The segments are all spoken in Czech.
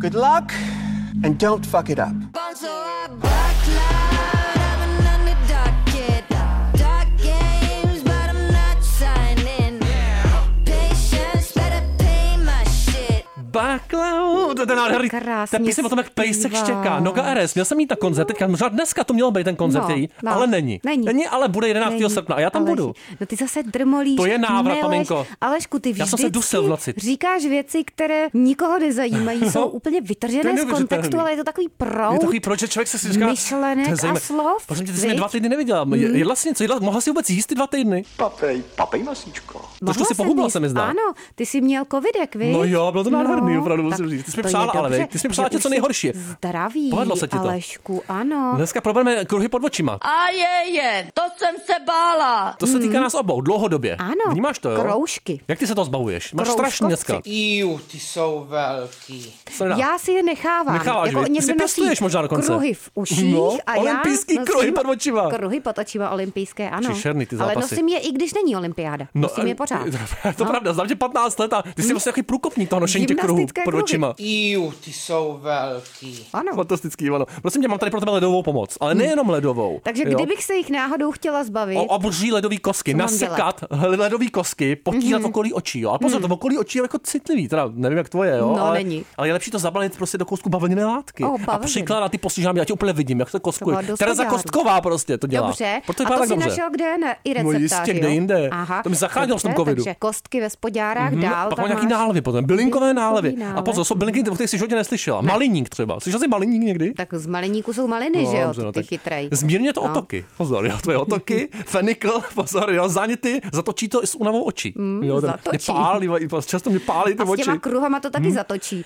Good luck and don't fuck it up. Backloud, to je nádherný. Ten písem o tom, jak pejsek štěká. Noga RS, měl jsem jít na koncert, teďka možná dneska to mělo být ten koncert její, ale není. Není, ale bude 11. srpna a já tam budu. No ty zase drmolíš. To je návrat, maminko. Alešku, ty já jsem se dusil v noci. Říkáš věci, které nikoho nezajímají, jsou úplně vytržené z kontextu, ale je to takový proud. Je to takový proud, že člověk se si říká, myšlenek a slov. Prosím tě, ty jsi mě 2 týdny neviděla. Je vlastně něco, mohla si vůbec jíst ty 2 týdny? Papej masíčko. Trošku si pohubila, se mi zdá. Ano, ty jsi měl covidek, viď? No jo, bylo to nádherný, opravdu musím říct. Ty jsi mi přála, ale ty jsi mi přála něco nejhorší. Zdraví, povedlo se ti to. Alešku, ano. Dneska probereme kruhy pod očima. A to jsem se bála. To se týká nás obou, dlouhodobě. Ano. Vnímáš to, jo? Kroužky. Jak ty se to zbavuješ? Máš strašně dneska. Ty jsou velký. Já si je nechávám. Necháváš, jako ty si pěstuješ možná dokonce. Kruhy v uších a já olympijský kruhy pod očima. Kruhy pod očima olympijské, ano. Příšerný ty zápasy. Ale nosím je, i když není olympiáda. Nosím je pořád. To pravda, znám tě 15 let a ty jsi vlastně takový průkopník toho nošení těch kruhů pod očima. Ty jsou velký. Ano. Fantastický, ano. Prosím tě, mám tady pro tebe ledovou pomoc, ale nejenom ledovou. Takže kdybych se jich náhodou chtěla zbavit. Obří ledový kostky, nasekat ledový kostky, potírat v okolí očí, jo. A pozor, to v okolí očí je jako citlivý, teda nevím, jak tvoje, jo. No, není. Ale je lepší to zabalit prostě do kousku bavlněné látky. A přikládat ty postižám, já tě úplně vidím, jak se kostkuje. Tereza Kostková prostě to dělá. Dobře. Proto a to si našel kde na i receptáři, no jistě, kde jinde. Aha. To mi zachránilo v tom covidu. Takže kostky ve spodňárách dál. Pak má nějaký nálevy potom, bylinkové nálevy. A pozor, jsou bylinky, o kterých jsi hodně neslyšela. Maliník třeba. Slyšel jsi maliník někdy? Tak z maliníku jsou maliny, že jo, ty chytrej. Zmírně to otoky. Pozor, jo, tvoje otoky, fenikl, pozor, jo, záněty, zatočí to i s únavou očí. Jo, zatočí. Často mě pálí ty oči. A s těma kruhama to taky zatočí.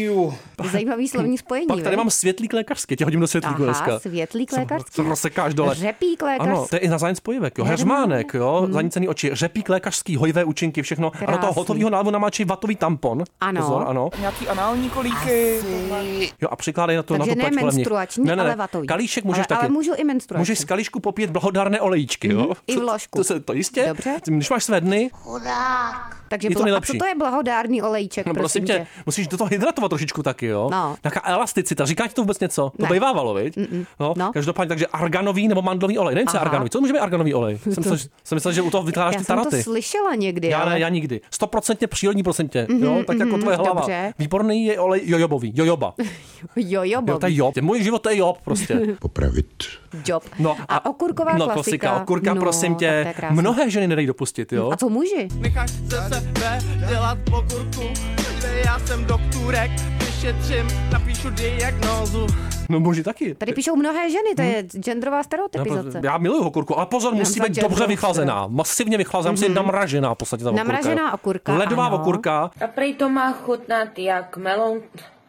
Zajímavý slovní spojení. Pak tady mám světlík lékařský, tě hodím do světlíku dneska. Světlík lékařský. Co rozsekáš dole. Řepík lékařský. Ano, to je i na zájem spojivek, jo. Heřmánek, jo, zanícený oči, řepík lékařský, hojivé účinky, všechno. A do toho hotového nálevu namáčí vatový tampon. Ano. Pozor, ano. Nějaký anální kolíky. Jo, a přikládej na to takže na to ne menstruační, ale vatový. Kalíšek můžeš taky. Ale můžu i menstruační. Můžeš z kalíšku popít blahodárné olejčky, jo. I vložku. To jistě. Dobře. Když máš své dny. Chudák. Takže je to nejlepší. co to je blahodárný olejček, no, prosím tě? Musíš do toho hydratovat trošičku taky, jo? No. Taká elasticita, říká ti to vůbec něco? To bývávalo, viď? No. Každopádně, takže arganový nebo mandlový olej. Nevím, co je arganový. Co může být arganový olej? Jsem myslel, že u toho vykládáš ty taroty. Já jsem to slyšela někdy. Já nikdy. 100% přírodní, prosím tě. Jo, tak jako tvoje hlava. Dobře. Výborný je olej jojobový. Jojoba. Jojobový. Jo, to je job. Můj život to je job prostě. Popravit. Job. No a okurková klasika. Okurka, prosím tě. Mnohé ženy nedají dopustit, jo? A co muži? Necháš ze sebe dělat okurku. Podívej, já jsem doktorek, vyšetřím, napíšu diagnózu. No muži taky. Tady píšou mnohé ženy, to je genderová stereotypizace. Já miluju okurku, ale pozor, musí být dobře vychlazená, masivně vychlazená, musí být namražená v podstatě ta okurka. Namražená okurka, ledová ano. okurka. A prej to má chutnat jak meloun.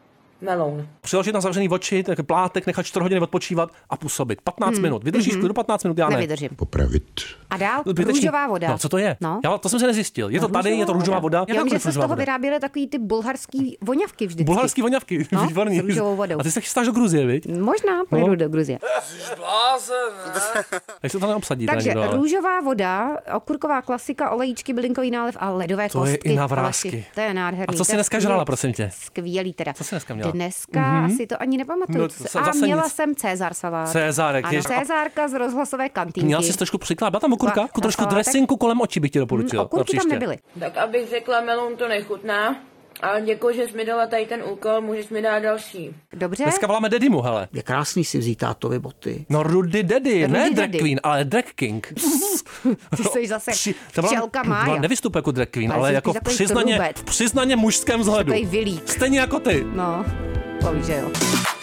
Přiložit na zavřený oči, tak plátek, nechat 4 hodiny odpočívat a působit. 15 minut. Vydržíš do 15 minut, já ne. Nevydržím. Popravit. A dál růžová voda. No, co to je? No. Já to jsem se nezjistil. Je to tady, je to růžová voda. Já vím, že se z toho vyráběly takový ty bulharský voňavky vždycky. Bulharský voňavky, no, výborný. S růžovou vodou. A ty se chystáš do Gruzie, viď? Možná pojedu do Gruzie. Jsi blázen, ne? Jak se to neobsadí? Takže růžová voda, okurková klasika, olejčky, bylinkový nálev a ledové to kostky. To je i na vrásky. To je nádherný. A co jsi dneska žrala, prosím tě? Skvělý teda. Co jsi dneska měla? Dneska asi to ani nepamatuju. No, a měla jsem Cezar salát. Cezárek. Ano, Cezárka z rozhlasové kantýnky. Měla jsi trošku přiklad. Byla tam okurka? Trošku dresinku kolem očí bych ti doporučil. Okurky tam nebyly. Tak abych řekla, meloun to nechutná. Ale děkuji, že jsi mi dala tady ten úkol, můžeš mi dát další. Dobře. Dneska voláme Dedimu, hele. Je krásný si vzít tátovi boty. No Rudy Daddy, ne drag queen, ale drag king. Ty jsi zase včelka Mája. Nevystupuje jako drag queen, ale jako přiznaně mužském vzhledu. Stejně jako ty. No, to víš, že jo.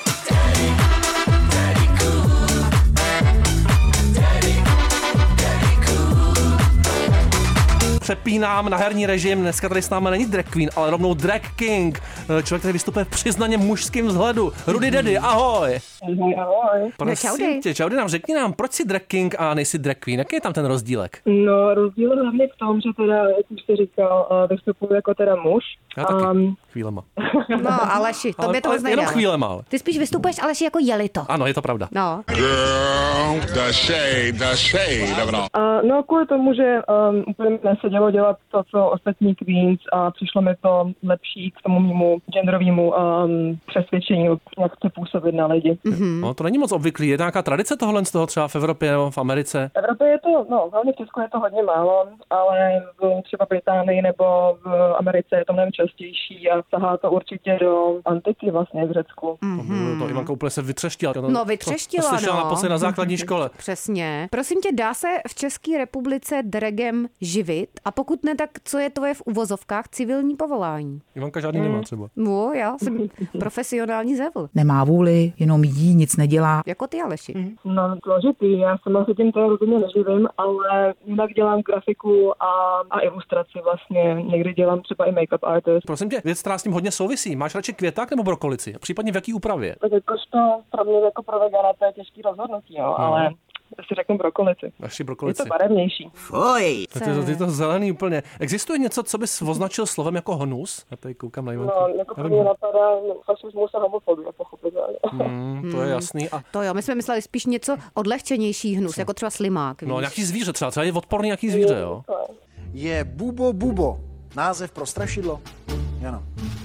Přepínám na herní režim, dneska tady s námi není drag queen, ale rovnou drag king. Člověk, který vystupuje v přiznaně mužským vzhledu. Rudy Daddy, ahoj. Ahoj. Prosím tě, čaudy nám, řekni nám, proč jsi drag king a nejsi drag queen? Jaký je tam ten rozdílek? No, rozdíl je hlavně v tom, že teda, jak už jsi říkal, vystupuji jako teda muž. Já taky, chvílema. No, Aleši, tobě to jenom chvílema. Ty spíš vystupuješ, Aleši, jako jeli to. Ano, je to pravda. No. Girl, the shade, dobrá. No kvůli tomu, že úplně nesedělo dělat to, co ostatní queens a přišlo mi to lepší k tomu mému genderovému přesvědčení, jak chci působit na lidi. Mm-hmm. No, to není moc obvyklý. Je nějaká tradice tohle z toho třeba v Evropě nebo v Americe? V Evropě je to, hlavně v Česku je to hodně málo, ale v třeba Británii nebo v Americe je to mnohem častější a sahá to určitě do antiky vlastně v Řecku. Mm-hmm. To Ivanka úplně se vytřeštila. Vytřeštila, to slyšela naposledy na základní škole. Přesně. Prosím tě, dá se v České republice dragem živit? A pokud ne, tak co je tvoje v uvozovkách civilní povolání? Ivanka žádný nemá třeba. No, já jsem profesionální zevl. Nemá vůli, jenom jí, nic nedělá. Jako ty, Aleši. No, složitý. Já sama se tím to rozhodně neživím, ale jinak dělám grafiku a ilustraci vlastně. Někdy dělám třeba i make-up artist. Prosím tě, věc, která s tím hodně souvisí. Máš radši květák nebo brokolici? Případně v jaký úpravě? Tak jakož to pro mě jako pro vegana to je těžký rozhodnutí, ale si řeknu brokolici. Je to barevnější. Fuj! Ty to zelený úplně. Existuje něco, co bys označil slovem jako hnus? Já tady koukám na Ivanku. No, jako první napadá fašismus a homofobie, pochopitelně. To je jasný. A... To jo, my jsme mysleli spíš něco odlehčenější hnus, jako třeba slimák. No, nějaký zvíře třeba je odporný nějaký zvíře, jo? Je bubo, název pro strašidlo. Jano.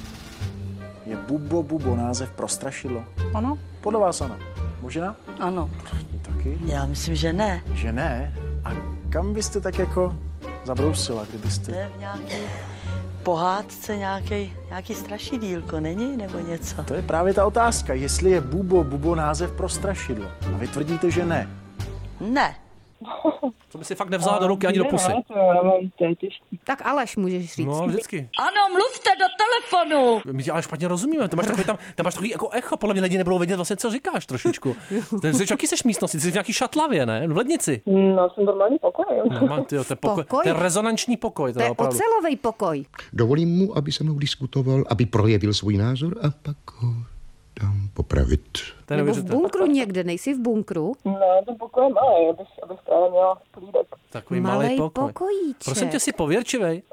Je bubo, název pro strašidlo. Ano. Podle vás ano. Možná? Ano. Taky? Já myslím, že ne. Že ne? A kam byste tak jako zabrousila, kdybyste... To je v nějaké pohádce nějaký strašidílko, není? Nebo něco? To je právě ta otázka, jestli je bubo název pro strašidlo. A vy tvrdíte, že ne. Ne. To by si fakt nevzala do ruky ani do pusy. Tak Aleš můžeš říct. No, vždycky. Ano, mluvte do telefonu. My tě ale špatně rozumíme. Ty máš takový jako echo, podle mě lidi nebudou vědět vlastně, co říkáš trošičku. Jaký jsi místnosti? Ty jsi v nějaký šatlavě, ne? V lednici. No, jsem normální pokoj. To je rezonanční pokoj. To je ocelovej pokoj. Dovolím mu, aby se mnou diskutoval, aby projevil svůj názor a pak ho dám popravit. Nebo v bunkru někde, nejsi v bunkru? Ne, ten pokoj je malý, abych právě měla klídek. Takový malý pokojíček. Prosím tě, si pověrčivej.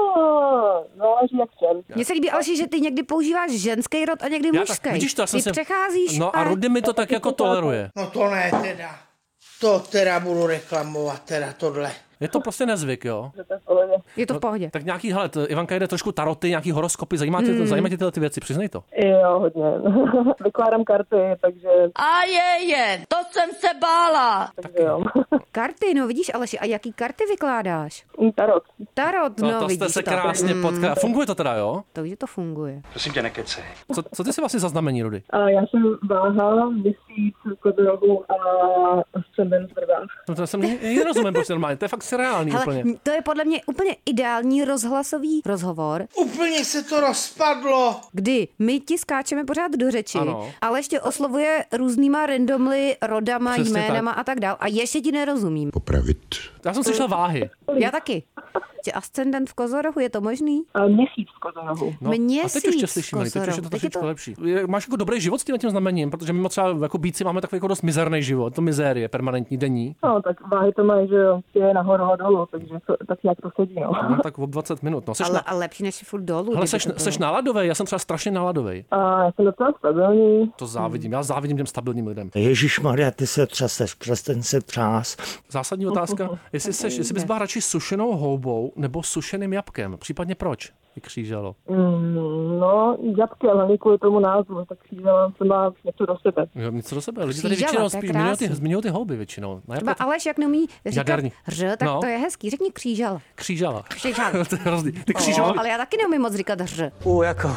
Záleží jak jsem. Mně se líbí, Aleši, že ty někdy používáš ženský rod a někdy mužský. Vidíš to, ty přecházíš. No a Rudy mi to tak jako toleruje. No to ne teda. To teda budu reklamovat, teda tohle. Je to prostě nezvyk, jo? Je to v pohodě. Tak nějaký, hele, Ivanka jede trošku taroty, nějaký horoskopy, zajímá tě tyhle ty věci, přiznej to. Jo, hodně. Vykládám karty, takže... A to jsem se bála. Takže jo. Karty, no vidíš, Aleši, a jaký karty vykládáš? Tarot, no to vidíš. To jste se krásně potkali. Funguje to teda, jo? To, že to funguje. Prosím tě, nekecej. Co ty si vlastně za znamení, Rudy? Já jsem váha, Měsíc, Kozorohu a ascendent v Rybách. To jsem nerozumím prostě normálně, to je fakt reálný úplně. To je podle mě úplně ideální rozhlasový rozhovor. Úplně se to rozpadlo. Kdy my ti skáčeme pořád do řeči, ano. ale ještě oslovuje různýma randomly, rodama, přesně jménama a tak dál. A ještě ti nerozumím. Popravit. Já jsem slyšel váhy. Já taky. Ascendent v Kozorohu, je to možný? Měsíc v Kozorohu. No, Měsíc a teď už tě slyšíme, teď už je to trošičku lepší. Máš jako dobrý život s tím znamením, protože my třeba jako býci máme takový jako dost mizerný život, to mizérie, permanentní, denní. No, tak váhy to mají, že jo, je nahoru a dolů, takže tak nějak to sedí, no. No, tak o 20 minut, no. Ale lepší než furt dolů. Hele, seš náladovej, já jsem třeba strašně náladovej. Já jsem docela stabilní. To závidím, já závidím těm stabilním lidem. Ježišmarja, ty se třaseš, přes ten se třás. Zásadní otázka, jestli bys byla radši sušenou houbou nebo sušeným jabkem, případně proč? Křížalo. No, jabky, ale kvůli tomu názvu, tak křížala se má něco do sebe. Jo, něco do sebe. Lidi tady většinou zmiňují ty houby většinou. Třeba Aleš, jak neumí říkat tak to je hezký. Řekni křížala. Křížala. To je hrozný. Ty křížala. Ale já taky neumím moc říkat jako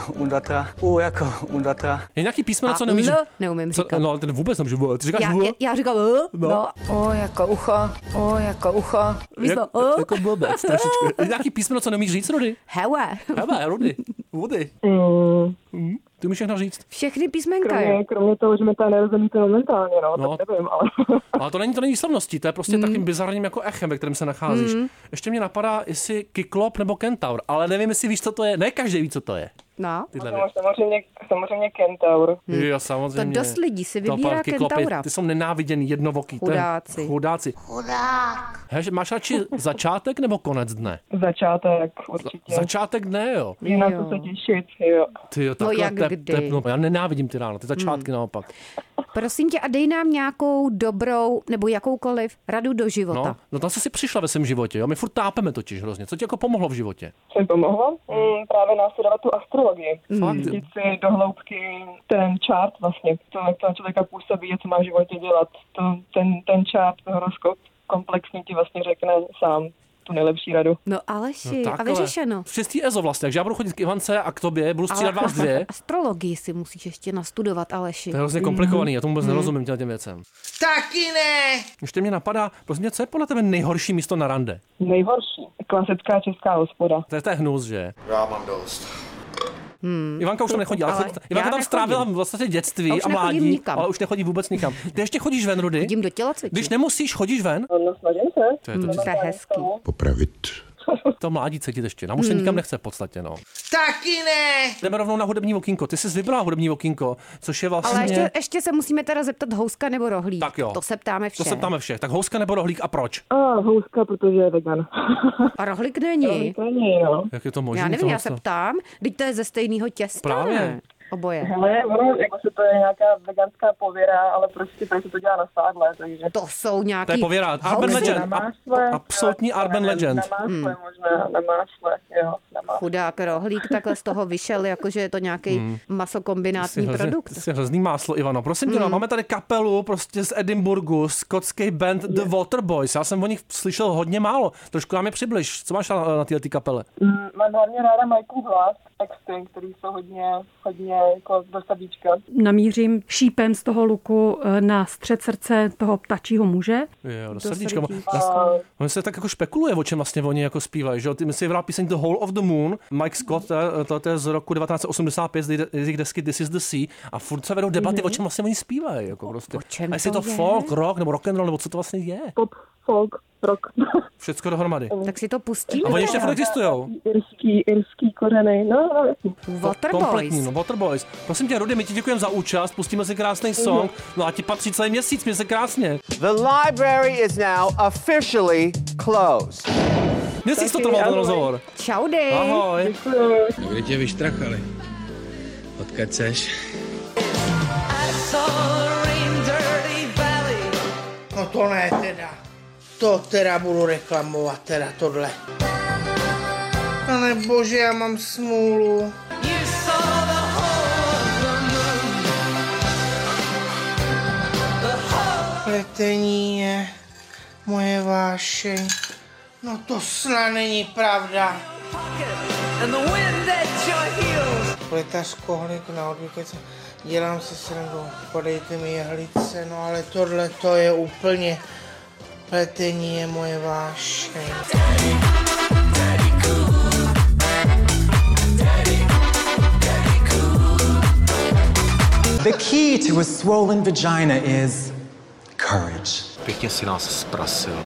undatra. Je nějaký písmeno, co neumíš? Neumím říkat. No, ten vůbec nemůžu. Ty říkáš já říkám no. Jako ucho. Víš to? Jako blbec, trošičku. Je nějaký písmeno, co neumíš říct, Rudy? Hele, Rudy. Ty umíš všechno říct? Všechny písmenka, kromě toho, že mi to nerozumíte momentálně, no, tak nevím, ale... Ale to není výslovností, to je prostě takým bizarním jako echem, ve kterém se nacházíš. Ještě mě napadá, jestli Kyklop nebo Kentaur, ale nevím, jestli víš, co to je. Ne každý ví, co to je. No. Samozřejmě Kentaur. Jo, samozřejmě. To dost lidí si vybírá Kentaura. Ty jsou nenáviděný, jednovoký. Chudáci. Hež, máš radši začátek nebo konec dne? Začátek, určitě. Začátek dne, jo. Jinak to se těšit, jo. Ty jo, takhle já nenávidím ty ráno, ty začátky naopak. Prosím tě, a dej nám nějakou dobrou nebo jakoukoliv radu do života. No tam jsi přišla ve svém životě, jo? My furt tápeme totiž hrozně. Co ti jako pomohlo v životě? Co mi pomohlo? Právě následovat tu astrologii. Jít si do hloubky ten chart vlastně, to, jak to na člověka působí, co má v životě dělat. Ten chart, ten horoskop komplexně ti vlastně řekne sám tu nejlepší radu. No Aleši, a vyřešeno. Čistý EZO vlastně, takže já budu chodit k Ivance a k tobě, budu střídat vás dvě. Astrologii si musíš ještě nastudovat, Aleši. To je hrozně komplikovaný, já tomu vůbec nerozumím těm věcem. Taky ne! Ještě mě napadá, prosím mě, co je podle tebe nejhorší místo na rande? Nejhorší? Klasická česká hospoda. To je hnus, že? Já mám dost. Ivanka už tam nechodí, ale Ivanka tam strávila vlastně dětství a mládí, ale už nechodí vůbec nikam. Ty ještě chodíš ven, Rudy? Chodím do tělocvičny. Když nemusíš, chodíš ven? No, snažím se. To je hezký. Popravit. To mládí cítit ještě. Nám už se nikam nechce v podstatě, no. Taky ne! Jdeme rovnou na hudební okýnko. Ty jsi vybrala hudební okýnko, což je vlastně... Ale ještě se musíme teda zeptat houska nebo rohlík. Tak jo. To se ptáme všech. Tak houska nebo rohlík a proč? Houska, protože je vegan. A rohlík není? Rohlík není, no. Jak je to možné? Já nevím, já se ptám. Vždyť to je ze stejného těsta. Právě. Ne? Oboje. Hele, jako se to je nějaká veganská pověra, ale prostě tady se to dělá na sádle, takže... To jsou nějaký... To je pověra. Urban Legend. Absolutní Urban Legend. Na másle možná, na másle. Chudák rohlík takhle z toho vyšel, jakože je to nějaký masokombinátní produkt. Jsi hrozný máslo, Ivano. Prosím tě, máme tady kapelu prostě z Edinburghu, skotský band The Waterboys. Já jsem o nich slyšel hodně málo. Trošku nám je přibliž. Co máš na této kapele? Mám hlavně ráda Majkův hlas, texty, který jsou hodně jako do srdíčka. Namířím šípem z toho luku na střed srdce toho ptačího muže. Jo, do srdíčka. On se tak jako špekuluje, o čem vlastně oni jako zpívají, že jo? Ty si vybrala píseň The Hole of the Moon, Mike Scott, to je z roku 1985 z jejich desky This is the Sea a furt se vedou debaty, o čem vlastně oni zpívají, jako prostě. A jestli je to folk, rock nebo rock and roll, nebo co to vlastně je? Pop, folk, rock. Všecko dohromady. Tak si to pustíme. A oni ještě furt existujou. Irský kořeny, no. Waterboys. Waterboys. Prosím tě, Rudy, my ti děkujeme za účast, pustíme si krásný song, no a ti patří celý měsíc, mě se krásně. The library is now officially closed. Měsíc to trval ten rozhovor. Čaudy. Ahoj. Někde tě vyštrachali. Odkud seš? No to ne teda. To teda budu reklamovat, teda tohle. Pane bože, já mám smůlu. Pletení je moje vášeň. No to snad není pravda. Pletařko, holik na odvykece. Dělám si srandu, podejte mi jehlice, no ale tohle to je úplně... Pletení je moje vášeň. The key to a swollen vagina is courage. Pěkně si nás zprasil.